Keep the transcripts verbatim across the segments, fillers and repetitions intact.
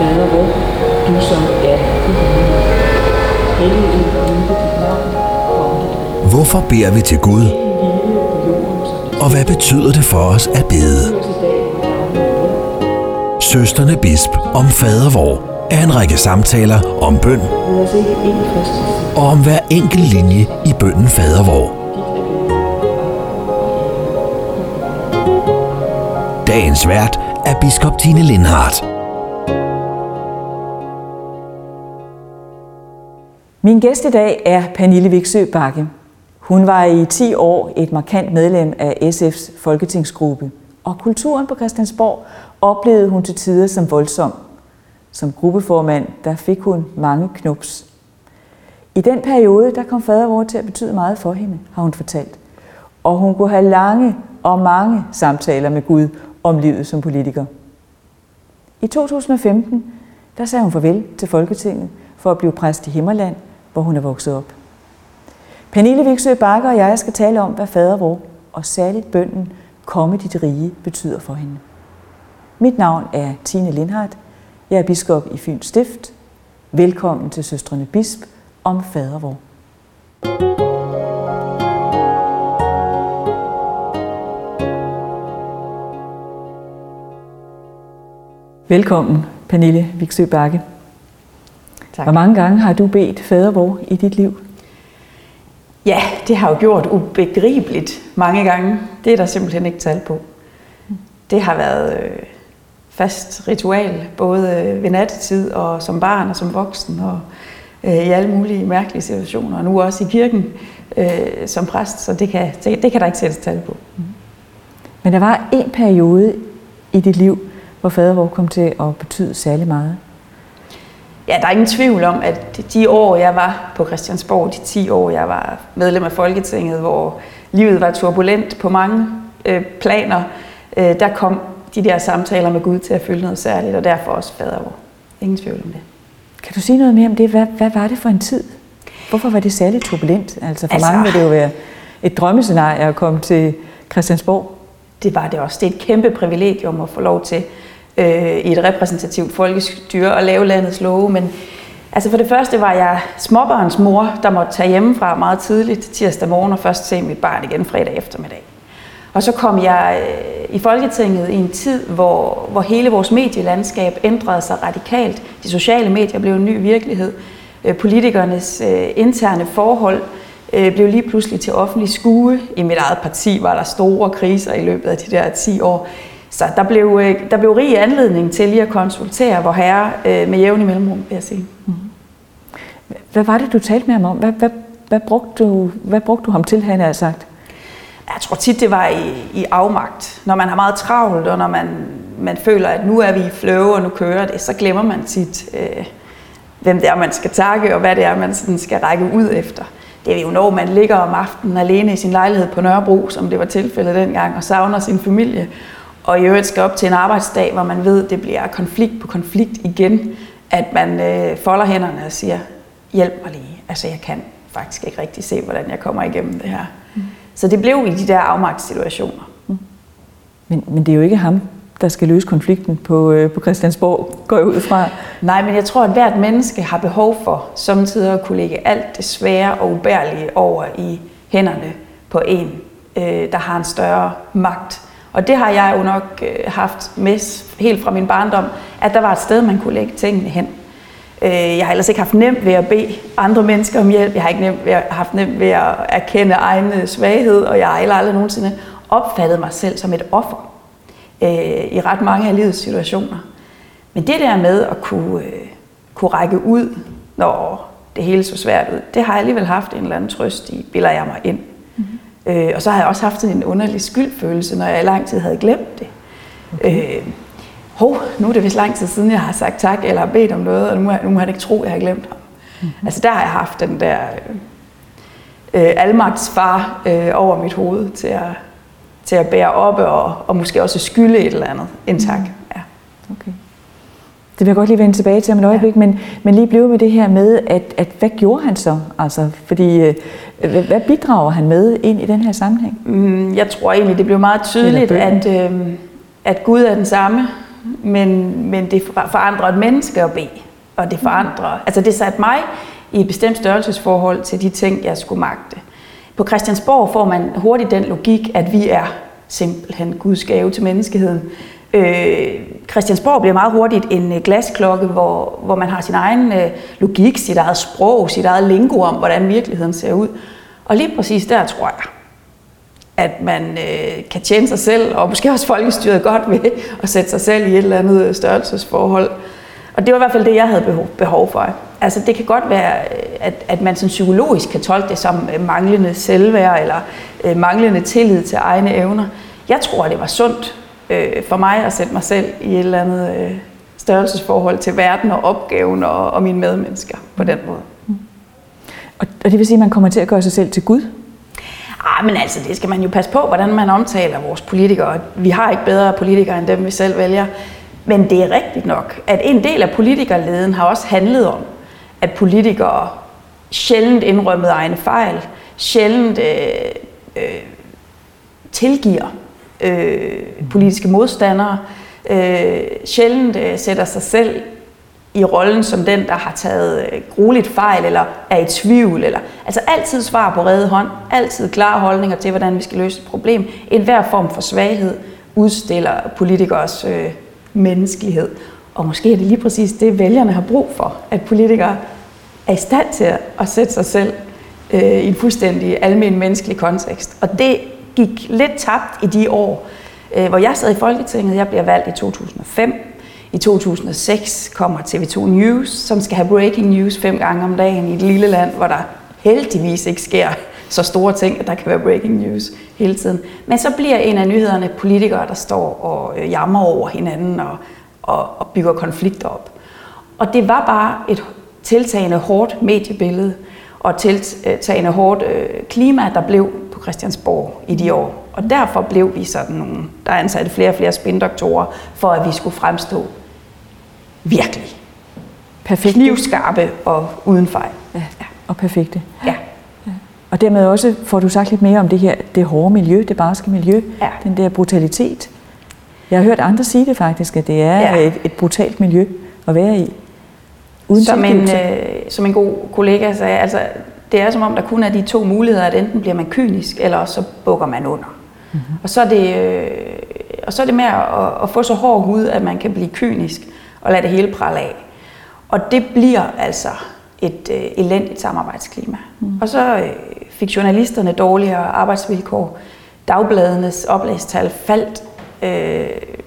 Fader vor, du som er i himlen. Helliget blive dit navn, komme dit rige. Hvorfor beder vi til Gud? Og hvad betyder det for os at bede? Søstrene Bisp om Fader vor er en række samtaler om bøn og om hver enkelt linje i bønnen Fader vor. Dagens vært er biskop Tine Lindhardt. Min gæst i dag er Pernille Vigsø Bagge. Hun var i ti år et markant medlem af S F's folketingsgruppe, og kulturen på Christiansborg oplevede hun til tider som voldsom. Som gruppeformand, der fik hun mange knups. I den periode, der kom Fader vor til at betyde meget for hende, har hun fortalt. Og hun kunne have lange og mange samtaler med Gud om livet som politiker. I to tusind og femten, der sagde hun farvel til Folketinget for at blive præst i Himmerland, hvor hun er vokset op. Pernille Vigsø Bagge og jeg skal tale om, hvad Fader vor og særligt bønnen komme dit rige betyder for hende. Mit navn er Tine Lindhardt. Jeg er biskop i Fyns Stift. Velkommen til Søstrene Bisp om Fader vor. Velkommen, Pernille Vigsø Bagge. Tak. Hvor mange gange har du bedt Fader vor i dit liv? Ja, det har jo gjort ubegribeligt mange gange. Det er der simpelthen ikke tal på. Det har været øh, fast ritual, både ved nattetid og som barn og som voksen, og øh, i alle mulige mærkelige situationer, og nu også i kirken øh, som præst, så det kan, det, det kan der ikke sættes tal på. Men der var en periode i dit liv, hvor Fader vor kom til at betyde særlig meget. Ja, der er ingen tvivl om, at de år, jeg var på Christiansborg, de ti år, jeg var medlem af Folketinget, hvor livet var turbulent på mange øh, planer, øh, der kom de der samtaler med Gud til at fylde noget særligt, og derfor også Fader vor. Ingen tvivl om det. Kan du sige noget mere om det? Hvad, hvad var det for en tid? Hvorfor var det særligt turbulent? Altså for altså, mange vil det jo være et drømmescenarie at komme til Christiansborg. Det var det også. Det er et kæmpe privilegium at få lov til øh, i et repræsentativt folkestyre at lave landets love, men altså for det første var jeg småbarnsmor, der måtte tage hjemmefra meget tidligt tirsdag morgen og først se mit barn igen fredag eftermiddag. Og så kom jeg øh, i Folketinget i en tid, hvor, hvor hele vores medielandskab ændrede sig radikalt. De sociale medier blev en ny virkelighed. Øh, politikernes øh, interne forhold øh, blev lige pludselig til offentlig skue. I mit eget parti var der store kriser i løbet af de der ti år. Så der blev, øh, der blev rig anledning til lige at konsultere vor herre øh, med jævne mellemrum, vil jeg sige. Mm-hmm. Hvad var det, du talte med ham om? Hvad, hvad, hvad, brugte, du, hvad brugte du ham til, han havde sagt? Jeg tror tit, det var i, i afmagt. Når man har meget travlt, og når man, man føler, at nu er vi i flow, og nu kører det, så glemmer man tit, øh, hvem det er, man skal takke, og hvad det er, man sådan skal række ud efter. Det er jo når man ligger om aftenen alene i sin lejlighed på Nørrebro, som det var tilfældet dengang, og savner sin familie, og i øvrigt skal op til en arbejdsdag, hvor man ved, at det bliver konflikt på konflikt igen, at man øh, folder hænderne og siger, hjælp mig lige. Altså, jeg kan faktisk ikke rigtig se, hvordan jeg kommer igennem det her. Mm. Så det blev i de der afmagtssituationer. Mm. Men, men det er jo ikke ham, der skal løse konflikten på, øh, på Christiansborg, går jeg ud fra. Nej, men jeg tror, at hvert menneske har behov for samtidig at kunne lægge alt det svære og ubærlige over i hænderne på en, øh, der har en større magt. Og det har jeg jo nok øh, haft med helt fra min barndom, at der var et sted, man kunne lægge tingene hen. Jeg har ellers ikke haft nemt ved at bede andre mennesker om hjælp. Jeg har ikke nemt ved at, haft nemt ved at erkende egen svaghed, og jeg har heller aldrig nogensinde opfattet mig selv som et offer øh, i ret mange af livets situationer. Men det der med at kunne, øh, kunne række ud, når det hele så svært ud, det har jeg alligevel haft en eller anden trøst i, bilder jeg mig ind. Mm-hmm. Øh, og så har jeg også haft en underlig skyldfølelse, når jeg i lang tid havde glemt det. Okay. Øh, Hov, nu er det vist lang tid siden, jeg har sagt tak eller bedt om noget, og nu må, nu må han ikke tro, jeg har glemt ham. Mm-hmm. Altså der har jeg haft den der øh, almagtsfar øh, over mit hoved til at, til at bære op og, og måske også skylde et eller andet en tak. Mm. Ja. Okay. Det vil jeg godt lige vende tilbage til om et øjeblik, ja. men, men lige blive med det her med, at, at hvad gjorde han så? Altså, fordi, øh, hvad, hvad bidrager han med ind i den her sammenhæng? Mm, jeg tror egentlig, det blev meget tydeligt, at, øh, at Gud er den samme men, men det forandrer et menneske at bede, og det forandrer, altså det satte mig i et bestemt størrelsesforhold til de ting, jeg skulle magte. På Christiansborg får man hurtigt den logik, at vi er simpelthen Guds gave til menneskeheden. Øh, Christiansborg bliver meget hurtigt en glasklokke, hvor, hvor man har sin egen øh, logik, sit eget sprog, sit eget lingo om, hvordan virkeligheden ser ud. Og lige præcis der tror jeg, at man øh, kan tjene sig selv, og måske også folkestyret godt ved at sætte sig selv i et eller andet størrelsesforhold. Og det var i hvert fald det, jeg havde behov, behov for. Altså det kan godt være, at, at man sådan psykologisk kan tolke det som manglende selvværd, eller øh, manglende tillid til egne evner. Jeg tror, det var sundt øh, for mig at sætte mig selv i et eller andet øh, størrelsesforhold til verden og opgaven og, og mine medmennesker på den måde. Mm. Og, og det vil sige, at man kommer til at gøre sig selv til Gud? Ah, men altså, det skal man jo passe på, hvordan man omtaler vores politikere. Vi har ikke bedre politikere end dem, vi selv vælger. Men det er rigtigt nok, at en del af politikerleden har også handlet om, at politikere sjældent indrømmede egne fejl, sjældent øh, øh, tilgiver øh, politiske modstandere, øh, sjældent øh, sætter sig selv i rollen som den, der har taget øh, grueligt fejl, eller er i tvivl, eller altså altid svar på rede hånd, altid klare holdninger til, hvordan vi skal løse et problem. Enhver form for svaghed udstiller politikers øh, menneskelighed. Og måske er det lige præcis det, vælgerne har brug for, at politikere er i stand til at sætte sig selv øh, i en fuldstændig almen menneskelig kontekst. Og det gik lidt tabt i de år, øh, hvor jeg sad i Folketinget. Jeg bliver valgt i to tusind og fem. I to tusind og seks kommer T V to News, som skal have breaking news fem gange om dagen i et lille land, hvor der heldigvis ikke sker så store ting, at der kan være breaking news hele tiden. Men så bliver en af nyhederne politikere, der står og jammer over hinanden og, og, og bygger konflikter op. Og det var bare et tiltagende hårdt mediebillede og tiltagende hårdt øh, klima, der blev på Christiansborg i de år. Og derfor blev vi sådan nogle, der ansatte flere og flere spindoktorer, for at vi skulle fremstå virkelig perfekte, knivskarpe og uden fejl. Ja, ja. Og perfekte. Ja. Ja. Og dermed også får du sagt lidt mere om det her, det hårde miljø, det barske miljø, ja. Den der brutalitet. Jeg har hørt andre sige det faktisk, at det er ja. et, et brutalt miljø at være i. Uden som, en, øh, som en god kollega sagde, altså det er som om, der kun er de to muligheder, at enten bliver man kynisk, eller også så bukker man under. Mm-hmm. Og, så er det, øh, og så er det med at, at få så hård hud, at man kan blive kynisk og lade det hele prale af. Og det bliver altså et øh, elendigt samarbejdsklima. Mm. Og så øh, fik journalisterne dårligere arbejdsvilkår. Dagbladenes oplagstal faldt, øh,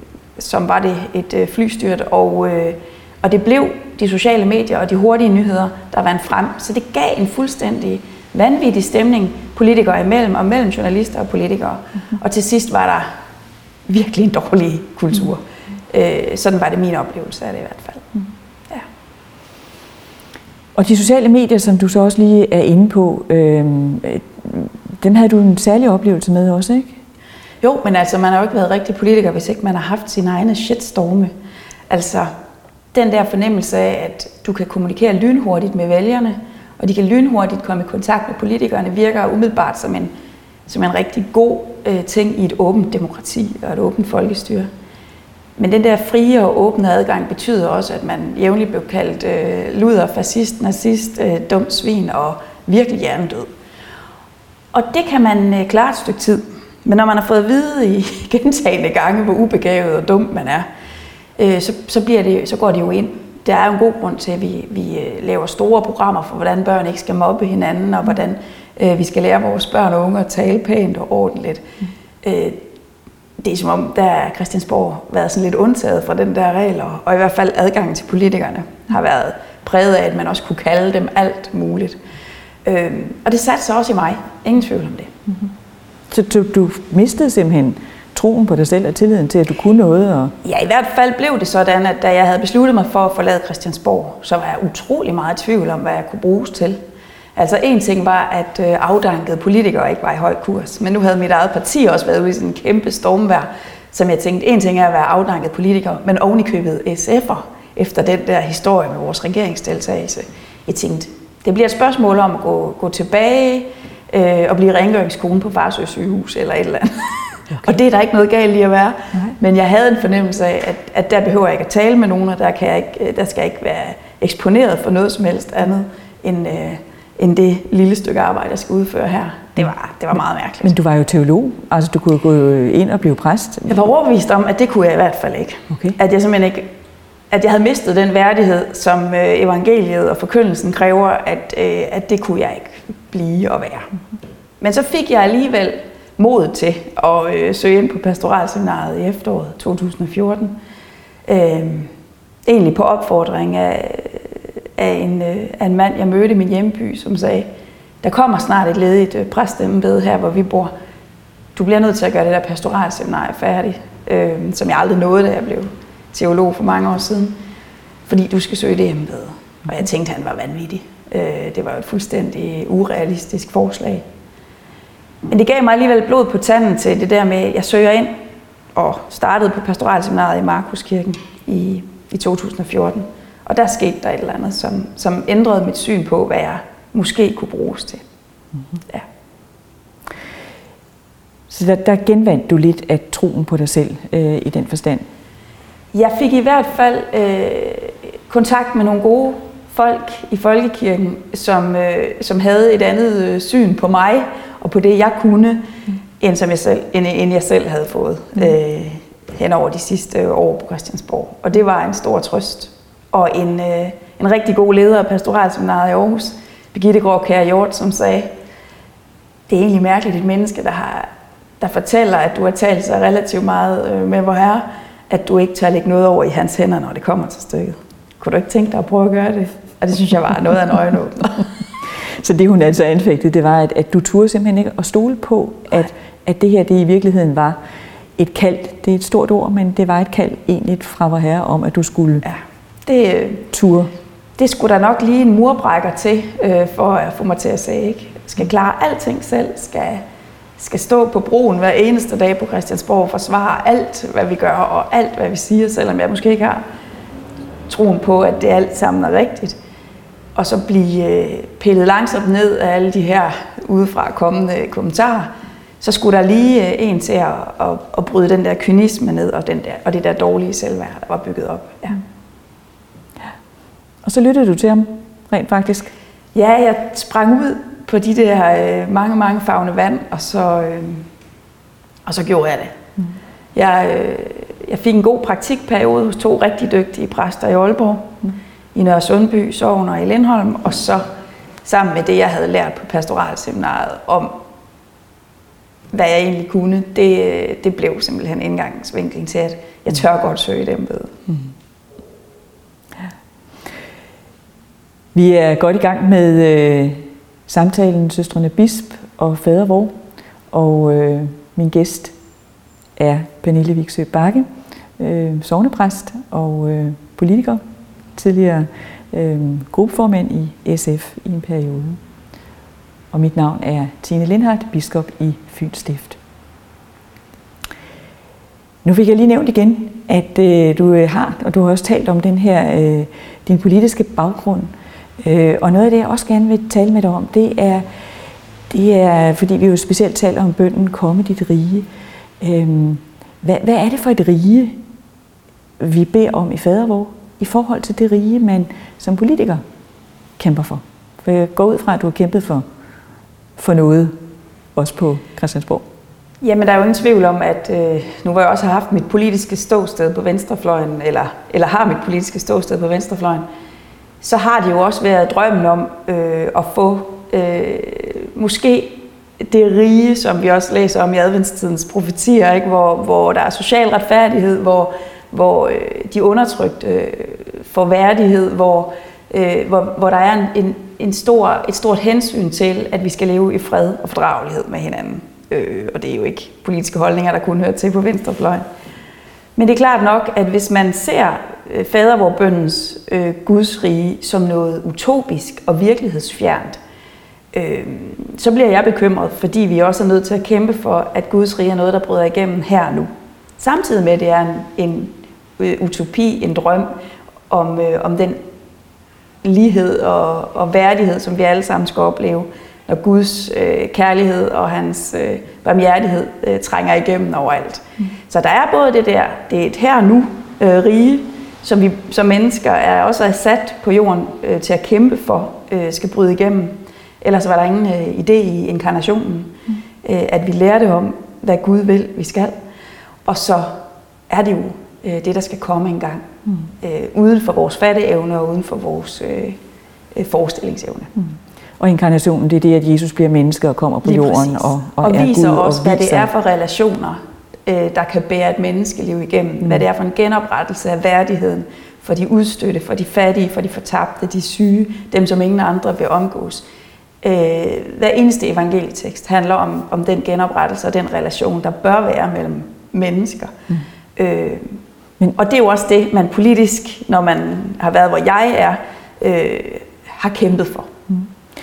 som var det et øh, flystyrt, og, øh, og det blev de sociale medier og de hurtige nyheder, der vandt frem. Så det gav en fuldstændig vanvittig stemning politikere imellem, og mellem journalister og politikere. Mm-hmm. Og til sidst var der virkelig en dårlig kultur. Mm. Øh, sådan var det min oplevelse af det i hvert fald. Mm. Ja. Og de sociale medier, som du så også lige er inde på, øh, dem havde du en særlig oplevelse med også, ikke? Jo, men altså, man har jo ikke været rigtig politiker, hvis ikke man har haft sine egne shitstorme. Altså, den der fornemmelse af, at du kan kommunikere lynhurtigt med vælgerne, og de kan lynhurtigt komme i kontakt med politikerne, virker umiddelbart som en, som en rigtig god øh, ting i et åbent demokrati og et åbent folkestyre. Men den der frie og åbne adgang betyder også, at man jævnligt blev kaldt øh, luder, fascist, nazist, øh, dumt svin og virkelig hjernedød. Og det kan man øh, klare et stykke tid. Men når man har fået at vide i gentagne gange, hvor ubegavet og dumt man er, øh, så, så, bliver det, så går det jo ind. Der er jo en god grund til, at vi, vi laver store programmer for, hvordan børn ikke skal mobbe hinanden, og hvordan øh, vi skal lære vores børn og unge at tale pænt og ordentligt. Mm. Øh, det er som om, der er Christiansborg været sådan lidt undtaget fra den der regel, og i hvert fald adgangen til politikerne har været præget af, at man også kunne kalde dem alt muligt. Øh, og det satte sig også i mig. Ingen tvivl om det. Mm-hmm. Så du, du mistede simpelthen troen på dig selv og tilliden til, at du kunne noget? Og... Ja, i hvert fald blev det sådan, at da jeg havde besluttet mig for at forlade Christiansborg, så var jeg utrolig meget i tvivl om, hvad jeg kunne bruges til. Altså en ting var, at afdankede politikere ikke var i høj kurs, men nu havde mit eget parti også været ude i sådan en kæmpe stormvejr, som jeg tænkte, en ting er at være afdanket politikere, men oven i købet S F'er, efter den der historie med vores regeringsdeltagelse. Jeg tænkte, det bliver et spørgsmål om at gå, gå tilbage øh, og blive rengøringskone på Farsø sygehus eller et eller andet. Okay. Og det er der ikke noget galt i at være. Nej. Men jeg havde en fornemmelse af, at, at der behøver jeg ikke at tale med nogen, og der, kan jeg ikke, der skal jeg ikke være eksponeret for noget som helst andet, end, øh, end det lille stykke arbejde, jeg skal udføre her. Det var, det var meget mærkeligt. Men du var jo teolog, altså du kunne gå ind og blive præst. Jeg var overbevist om, at det kunne jeg i hvert fald ikke. Okay. At jeg simpelthen ikke, at jeg havde mistet den værdighed, som evangeliet og forkyndelsen kræver, at, at det kunne jeg ikke blive og være. Men så fik jeg alligevel mod til at øh, søge ind på pastoralseminariet i efteråret to tusind og fjorten. Øh, egentlig på opfordring af, af, en, øh, af en mand, jeg mødte i min hjemby, som sagde, der kommer snart et ledigt øh, præstembede her, hvor vi bor. Du bliver nødt til at gøre det der pastoralseminarie færdigt, øh, som jeg aldrig nåede, da jeg blev teolog for mange år siden, fordi du skal søge det embede. Og jeg tænkte, han var vanvittig. Øh, det var et fuldstændig urealistisk forslag. Men det gav mig alligevel blod på tanden til det der med, at jeg søger ind og startede på pastoralseminariet i Markuskirken i, i to tusind og fjorten. Og der skete der et eller andet, som, som ændrede mit syn på, hvad jeg måske kunne bruges til. Mm-hmm. Ja. Så der, der genvandt du lidt af troen på dig selv øh, i den forstand? Jeg fik i hvert fald øh, kontakt med nogle gode folk i folkekirken, som, øh, som havde et andet øh, syn på mig og på det, jeg kunne, mm. end, som jeg selv, end, end jeg selv havde fået mm. øh, hen over de sidste år på Christiansborg. Og det var en stor trøst. Og en, øh, en rigtig god leder af pastoralseminariet i Aarhus, Birgitte Gråkjær Hjort, som sagde, det er egentlig mærkeligt et menneske, der, har, der fortæller, at du har talt sig relativt meget øh, med vor Herre, at du ikke tør lægge noget over i hans hænder, når det kommer til stykket. Kunne du ikke tænke dig at prøve at gøre det? Og det synes jeg var noget af en øjenåbner. Så det hun altså anfægtede, det var, at, at du turde simpelthen ikke at stole på, at, at det her det i virkeligheden var et kald. Det er et stort ord, men det var et kald egentlig fra vor Herre om, at du skulle ja, det, ture. Det skulle der nok lige en murbrækker til, øh, for at få mig til at sige, ikke? Skal klare alting selv, skal, skal stå på broen hver eneste dag på Christiansborg og forsvare alt, hvad vi gør, og alt, hvad vi siger, selvom jeg måske ikke har troen på, at det alt sammen er rigtigt. Og så blive pillet langsomt ned af alle de her udefra kommende kommentarer, så skulle der lige en til at, at, at bryde den der kynisme ned, og, den der, og det der dårlige selvværd, der var bygget op. Ja. Og så lyttede du til ham, rent faktisk? Ja, jeg sprang ud på de der mange, mange favne vand, og så, øh, og så gjorde jeg det. Mm. Jeg, øh, jeg fik en god praktikperiode hos to rigtig dygtige præster i Aalborg, mm. i Nørre Sundby, Sogn og i Lindholm, og så sammen med det, jeg havde lært på pastoralseminariet om, hvad jeg egentlig kunne, det, det blev simpelthen indgangsvinklen til, at jeg tør godt søge dem ved. Mm. Ja. Vi er godt i gang med øh, samtalen Søstrene Bisp og Fader Vor, og øh, min gæst er Pernille Vigsø Bagge, øh, sognepræst og øh, politiker, tidligere øh, gruppeformand i S F i en periode. Og mit navn er Tine Lindhardt, biskop i Fyns Stift. Nu fik jeg lige nævnt igen, at øh, du har, og du har også talt om den her, øh, din politiske baggrund. Øh, og noget af det, jeg også gerne vil tale med dig om, det er, det er fordi vi jo specielt taler om bønnen, komme dit rige. Øh, hvad, hvad er det for et rige, vi beder om i Fader Vor, i forhold til det rige, man som politiker kæmper for? For jeg går ud fra, at du har kæmpet for, for noget, også på Christiansborg. Jamen, der er jo ingen tvivl om, at øh, nu hvor jeg også har haft mit politiske ståsted på venstrefløjen, eller, eller har mit politiske ståsted på venstrefløjen, så har det jo også været drømmen om øh, at få øh, måske det rige, som vi også læser om i adventstidens profetier, ikke? Hvor, hvor der er social retfærdighed, hvor, hvor øh, de undertrykte øh, får værdighed, hvor, øh, hvor, hvor der er en, en, en stor, et stort hensyn til, at vi skal leve i fred og fordragelighed med hinanden. Øh, og det er jo ikke politiske holdninger, der kun hører til på venstrefløjen. Men det er klart nok, at hvis man ser øh, fadervorbøndens øh, Guds rige som noget utopisk og virkelighedsfjernt, øh, så bliver jeg bekymret, fordi vi også er nødt til at kæmpe for, at Guds rige er noget, der bryder igennem her og nu. Samtidig med, at det er en, en øh, utopi, en drøm om, øh, om den lighed og, og værdighed, som vi alle sammen skal opleve, når Guds øh, kærlighed og hans øh, barmhjertighed øh, trænger igennem overalt. Mm. Så der er både det der, det er et her og nu øh, rige, som vi som mennesker er også er sat på jorden øh, til at kæmpe for, øh, skal bryde igennem. Ellers var der ingen øh, idé i inkarnationen, mm. øh, at vi lærte om, hvad Gud vil, vi skal. Og så er det jo øh, det, der skal komme en gang, mm. øh, uden for vores fatteevne og uden for vores øh, øh, forestillingsevne. Mm. Og inkarnationen, det er det, at Jesus bliver menneske og kommer på Lige jorden og, og, og er viser Gud, os, og hvad viser... det er for relationer, øh, der kan bære et menneskeliv igennem. Mm. Hvad det er for en genoprettelse af værdigheden for de udstødte, for de fattige, for de fortabte, de syge, dem som ingen andre vil omgås. Øh, hver eneste evangelietekst handler om, om den genoprettelse og den relation, der bør være mellem mennesker. Mm. Øh, Men, og det er jo også det, man politisk, når man har været, hvor jeg er, øh, har kæmpet for. Mm.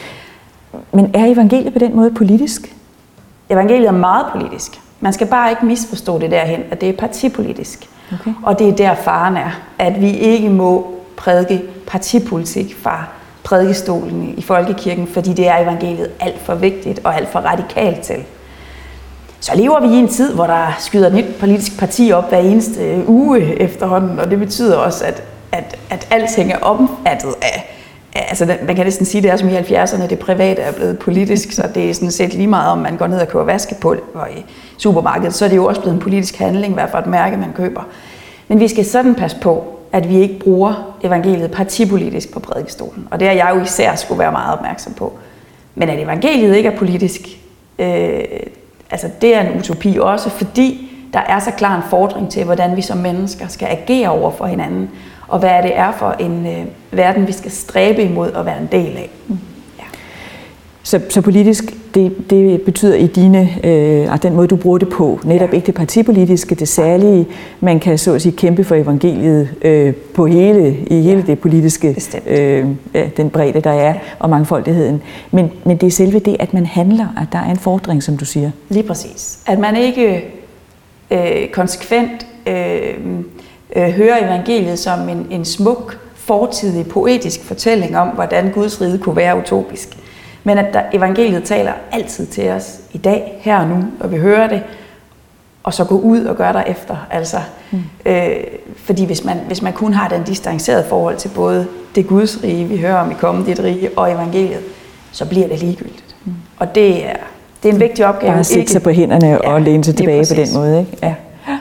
Men er evangeliet på den måde politisk? Evangeliet er meget politisk. Man skal bare ikke misforstå det derhen, at det er partipolitisk. Okay. Og det er der faren er, at vi ikke må prædike partipolitik fra prædikestolen i folkekirken, fordi det er evangeliet alt for vigtigt og alt for radikalt til. Så lever vi i en tid, hvor der skyder et nyt politisk parti op hver eneste uge efterhånden, og det betyder også, at, at, at alting er omfattet af, altså man kan næsten sige, at det er som i halvfjerdserne, det private er blevet politisk, så det er sådan set lige meget, om man går ned og køber vaskepulver i supermarkedet, så er det jo også blevet en politisk handling, hvad for et mærke man køber. Men vi skal sådan passe på, at vi ikke bruger evangeliet partipolitisk på prædikestolen, og det er jeg jo især skulle være meget opmærksom på. Men at evangeliet ikke er politisk, øh, altså det er en utopi også, fordi der er så klar en fordring til, hvordan vi som mennesker skal agere over for hinanden, og hvad det er for en øh, verden, vi skal stræbe imod at være en del af. Mm. Ja. Så, så politisk, det, det betyder i dine, øh, den måde du bruger det på, netop ja. Ikke det partipolitiske, det særlige, man kan så at sige kæmpe for evangeliet øh, på hele, i hele ja. Det politiske, øh, den bredde der er, ja. Og mangfoldigheden. Men, men det er selve det, at man handler, at der er en fordring, som du siger. Lige præcis. At man ikke øh, konsekvent øh, øh, hører evangeliet som en, en smuk, fortidig, poetisk fortælling om, hvordan Guds rige kunne være utopisk. Men at der, evangeliet taler altid til os i dag, her og nu, og vi hører det, og så gå ud og gøre derefter. Altså, mm. øh, fordi hvis man, hvis man kun har den distancerede forhold til både det Guds rige, vi hører om i Komme dit rige, og evangeliet, så bliver det ligegyldigt. Mm. Og det er, det er en vigtig opgave. Bare sætte sig på hænderne ja, og læne sig tilbage på den måde. Ikke? Ja.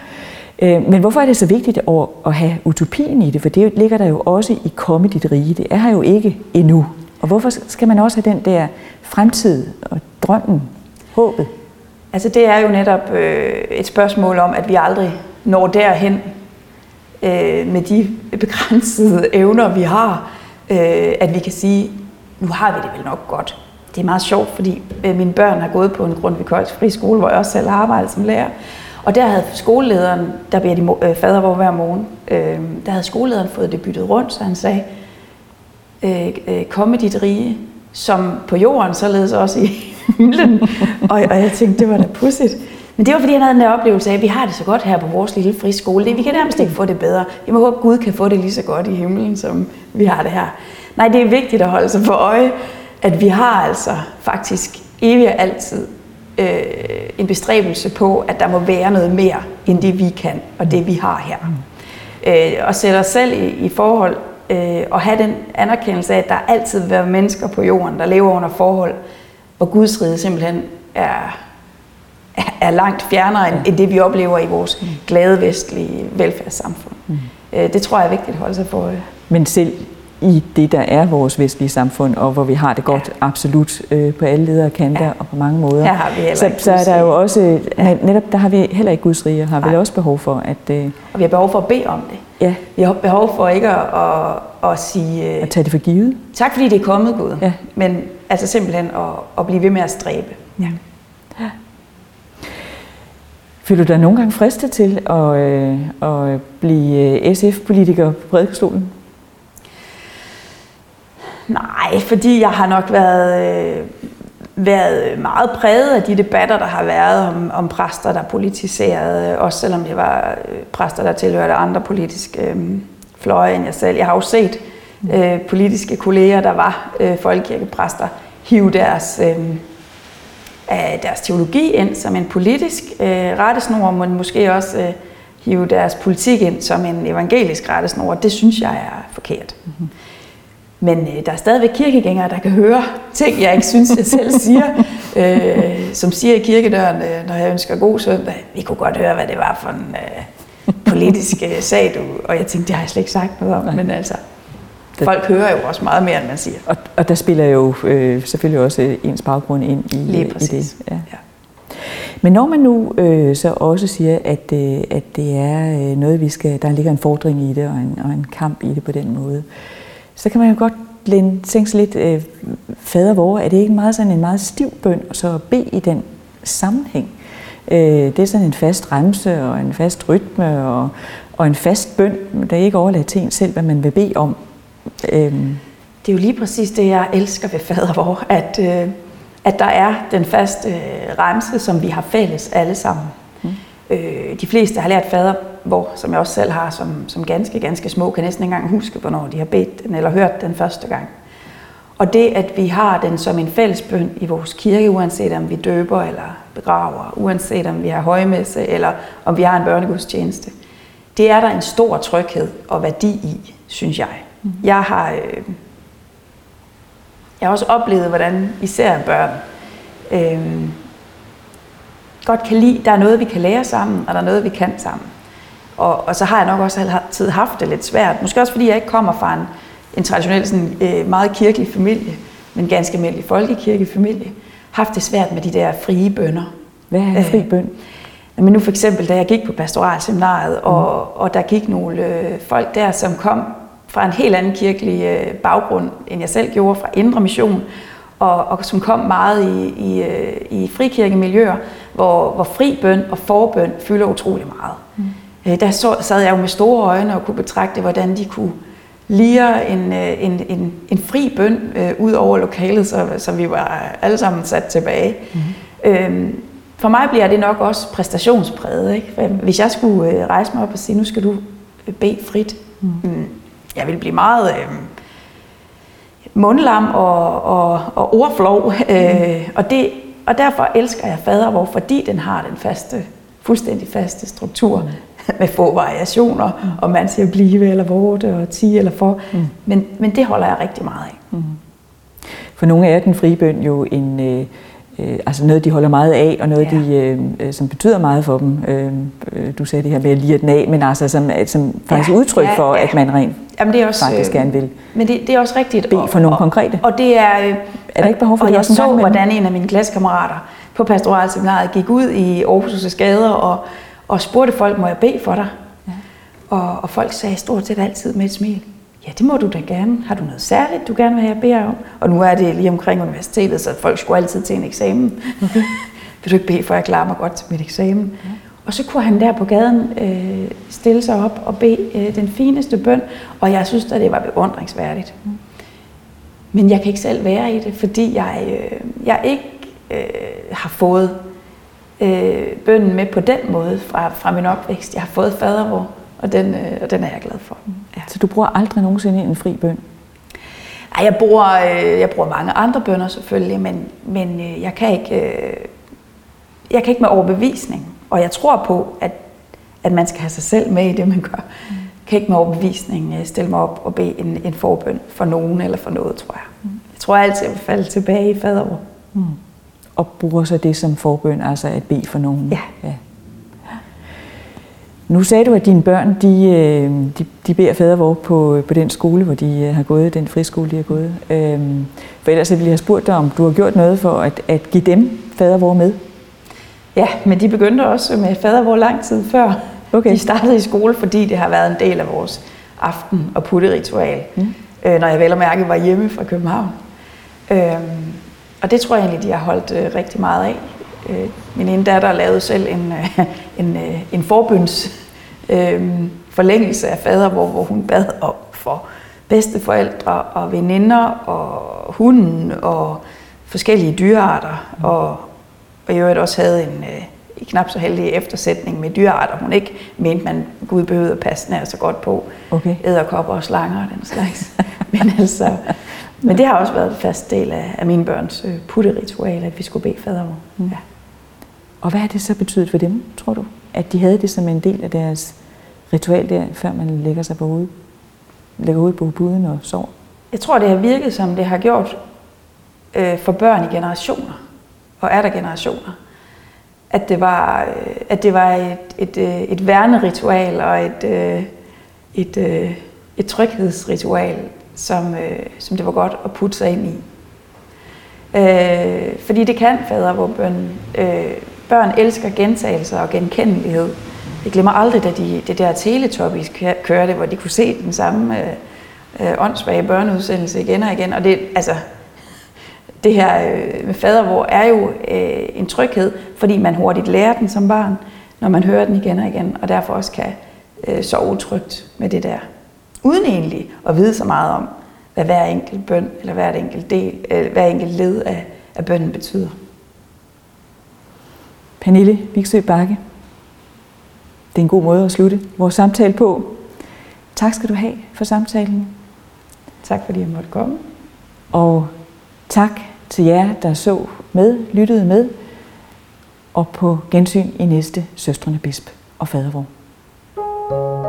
Øh, men hvorfor er det så vigtigt at, at have utopien i det? For det ligger der jo også i Komme dit rige. Det er her jo ikke endnu. Og hvorfor skal man også have den der fremtid og drømmen, håbet? Altså det er jo netop øh, et spørgsmål om, at vi aldrig når derhen øh, med de begrænsede evner, vi har, øh, at vi kan sige, nu har vi det vel nok godt. Det er meget sjovt, fordi øh, mine børn har gået på en Grundtvig Kolds friskole, hvor jeg også selv har arbejdet som lærer. Og der havde skolelederen, der beder de øh, fadervor hver morgen, øh, der havde skolelederen fået det byttet rundt, så han sagde, Øh, øh, komme dit rige, som på jorden, således også i himlen. og, og jeg tænkte, det var da pudsigt. Men det var, fordi han havde den der oplevelse af, at vi har det så godt her på vores lille friskole. Det, vi kan nærmest ikke få det bedre. Vi må håbe, at Gud kan få det lige så godt i himlen, som vi har det her. Nej, det er vigtigt at holde sig for øje, at vi har altså faktisk evigt og altid øh, en bestræbelse på, at der må være noget mere, end det vi kan, og det vi har her. Øh, og sætte os selv i, i forhold og have den anerkendelse af, at der altid vil være mennesker på jorden, der lever under forhold, hvor Guds rige simpelthen er, er langt fjernere end, end det, vi oplever i vores glade vestlige velfærdssamfund. Mm. Det tror jeg er vigtigt at holde sig for øje. Men selv i det, der er vores vestlige samfund, og hvor vi har det godt ja. Absolut øh, på alle ledere kanter ja. Og på mange måder, her har vi heller så, ikke så er der jo også, ja. Netop der har vi heller ikke Guds rige, har vi også behov for at... Øh, og vi har behov for at bede om det. Ja. Vi har behov for ikke at, at, at sige... At tage det for givet. Tak fordi det er kommet, Gud. Ja. Men altså simpelthen at, at blive ved med at stræbe. Ja. Ja. Føler du dig nogle gange fristet til at, øh, at blive S F-politiker på prædikestolen? Nej, fordi jeg har nok været, øh, været meget præget af de debatter, der har været om, om præster, der politiserede, også selvom det var præster, der tilhørte andre politiske øh, fløje end jeg selv. Jeg har jo set øh, politiske kolleger, der var øh, folkekirkepræster, hive deres, øh, deres teologi ind som en politisk øh, rettesnor, men måske også øh, hive deres politik ind som en evangelisk rettesnor. Det synes jeg er forkert. Mm-hmm. Men øh, der er stadigvæk kirkegængere, der kan høre ting, jeg ikke synes, jeg selv siger, øh, som siger i kirkedøren, øh, når jeg ønsker god søndag. Vi kunne godt høre, hvad det var for en øh, politisk øh, sag, du. Og jeg tænkte, det har jeg slet ikke sagt noget om, Nej. men altså, folk hører jo også meget mere, end man siger. Og, og der spiller jo øh, selvfølgelig også ens baggrund ind i, Lige i det. Ja. Ja. Men når man nu øh, så også siger, at, øh, at det er øh, noget, vi skal, der ligger en fordring i det, og en, og en kamp i det på den måde, så kan man jo godt lænde, tænke sig lidt, øh, fader vor, er det ikke meget sådan en meget stiv bøn, og så bede i den sammenhæng? Øh, det er sådan en fast remse, og en fast rytme, og, og en fast bøn, der ikke overlader til en selv, hvad man vil bede om. Øh. Det er jo lige præcis det, jeg elsker ved fader vor, at, øh, at der er den faste øh, remse, som vi har fælles alle sammen. Mm. Øh, de fleste har lært fader vor, som jeg også selv har, som, som ganske, ganske små, kan næsten ikke engang huske, hvornår de har bedt den, eller hørt den første gang. Og det, at vi har den som en fælles bøn i vores kirke, uanset om vi døber eller begraver, uanset om vi har højmesse, eller om vi har en børnegudstjeneste, det er der en stor tryghed og værdi i, synes jeg. Mm. Jeg har, øh, jeg har også oplevet, hvordan især børn øh, godt kan lide, der er noget, vi kan lære sammen, og der er noget, vi kan sammen. Og, og så har jeg nok også altid haft det lidt svært. Måske også fordi jeg ikke kommer fra en, en traditionel, sådan, øh, meget kirkelig familie, men ganske almindelig folkekirkelig familie. Haft det svært med de der frie bønner. Hvad er en fri bøn? Øh, men nu for eksempel, da jeg gik på pastoralseminariet, mm. og, og der gik nogle øh, folk der, som kom fra en helt anden kirkelig øh, baggrund, end jeg selv gjorde, fra Indre Mission, og, og som kom meget i, i, øh, i frikirkemiljøer, hvor, hvor fri bøn og forbøn fylder utrolig meget. Mm. Der så, sad jeg jo med store øjne og kunne betragte, hvordan de kunne lire en, en, en, en fri bøn øh, ud over lokalet, så, så vi var alle sammen sat tilbage. Mm-hmm. Øhm, for mig bliver det nok også præstationspræget, ikke? Hvis jeg skulle øh, rejse mig op og sige, nu skal du bede frit. Mm. Jeg ville blive meget øh, mundlam og, og, og ordflov, øh, og, det, og derfor elsker jeg fader vor, fordi den har den faste, fuldstændig faste struktur. Mm. Med få variationer, mm. om man siger blive eller vorte og ti eller for. Mm. Men, men det holder jeg rigtig meget af. Mm. For nogle er den frie bøn jo en, øh, øh, altså noget, de holder meget af, og noget, ja. de, øh, som betyder meget for dem. Øh, du sagde det her med at lire den af, men altså som, som faktisk ja, udtryk ja, for, ja. at man rent Jamen, det er også, faktisk gerne vil. Men det, det er også rigtigt. Bede for nogle og, konkrete. Og det er, øh, er der ikke behov for og det jeg også så, hvordan en af mine klassekammerater på pastoralseminariet gik ud i Aarhus' gader og og spurgte folk, må jeg bede for dig? Ja. Og, og folk sagde stort set altid med et smil, ja, det må du da gerne. Har du noget særligt, du gerne vil have, jeg beder om? Og nu er det lige omkring universitetet, så folk skulle altid til en eksamen. Okay. Vil du ikke bede, for jeg klarer mig godt til mit eksamen? Ja. Og så kunne han der på gaden øh, stille sig op og bede øh, den fineste bøn, og jeg synes, at det var beundringsværdigt. Mm. Men jeg kan ikke selv være i det, fordi jeg, øh, jeg ikke øh, har fået Øh, bønnen med på den måde fra, fra min opvækst. Jeg har fået fader vor, og den, øh, og den er jeg glad for. Ja. Så du bruger aldrig nogensinde en fri bøn? Ej, jeg bruger, øh, jeg bruger mange andre bønner selvfølgelig, men, men øh, jeg, kan ikke, øh, jeg kan ikke med overbevisning. Og jeg tror på, at, at man skal have sig selv med i det, man gør. Mm. Jeg kan ikke med overbevisning øh, stille mig op og bede en, en forbøn for nogen eller for noget, tror jeg. Mm. Jeg tror altid, jeg vil falde tilbage i fader vor. Mm. Og bruger så det som forbøn, altså at bede for nogen. Ja. ja. Nu sagde du, at dine børn, de, de, de beder fader vor på, på den skole, hvor de har gået, den friskole, de har gået. For ellers ville jeg have spurgt dig, om du har gjort noget for at, at give dem fader vor med? Ja, men de begyndte også med fader vor lang tid før. Okay. De startede i skole, fordi det har været en del af vores aften- og putteritual, mm. når jeg vel og mærke var hjemme fra København. Og det tror jeg egentlig, de har holdt øh, rigtig meget af. Øh, min ene datter lavede selv en, øh, en, øh, en forbøns øh, forlængelse af fader, hvor, hvor hun bad op for bedsteforældre og veninder og hunden og forskellige dyrearter. Mm. Og, og i øvrigt også havde en øh, knap så heldig eftersætning med dyrearter. Hun ikke mente, man Gud behøvede at passe nær så godt på. Okay. Edderkopper og slanger og den slags. Men altså... Men det har også været en fast del af, af mine børns øh, putteritual, at vi skulle bede fader vor. Mm. Ja. Og hvad har det så betydet for dem, tror du? At de havde det som en del af deres ritual der, før man lægger sig på hovedet? Lægger hovedet på puden og sover? Jeg tror, det har virket som det har gjort øh, for børn i generationer, og er der generationer. At det var, øh, at det var et, et, øh, et værneritual og et, øh, et, øh, et tryghedsritual, som, øh, som det var godt at putte sig ind i. Øh, fordi det kan fader vor bøn. Øh, børn elsker gentagelser og genkendelighed. Jeg glemmer aldrig, da de, det der Teletubbies kørte, hvor de kunne se den samme øh, øh, åndssvage børneudsendelse igen og igen. Og det, altså, det her øh, med fader vor er jo øh, en tryghed, fordi man hurtigt lærer den som barn, når man hører den igen og igen, og derfor også kan øh, sove trygt med det der. Uden egentlig at vide så meget om, hvad hver enkelt bøn, eller hver enkelt del, øh, hver enkelt led af, af bønnen betyder. Pernille Vigsø Bagge, det er en god måde at slutte vores samtale på. Tak skal du have for samtalen. Tak fordi jeg måtte komme. Og tak til jer, der så med, lyttede med, og på gensyn i næste Søstrene Bisp og Fader vor.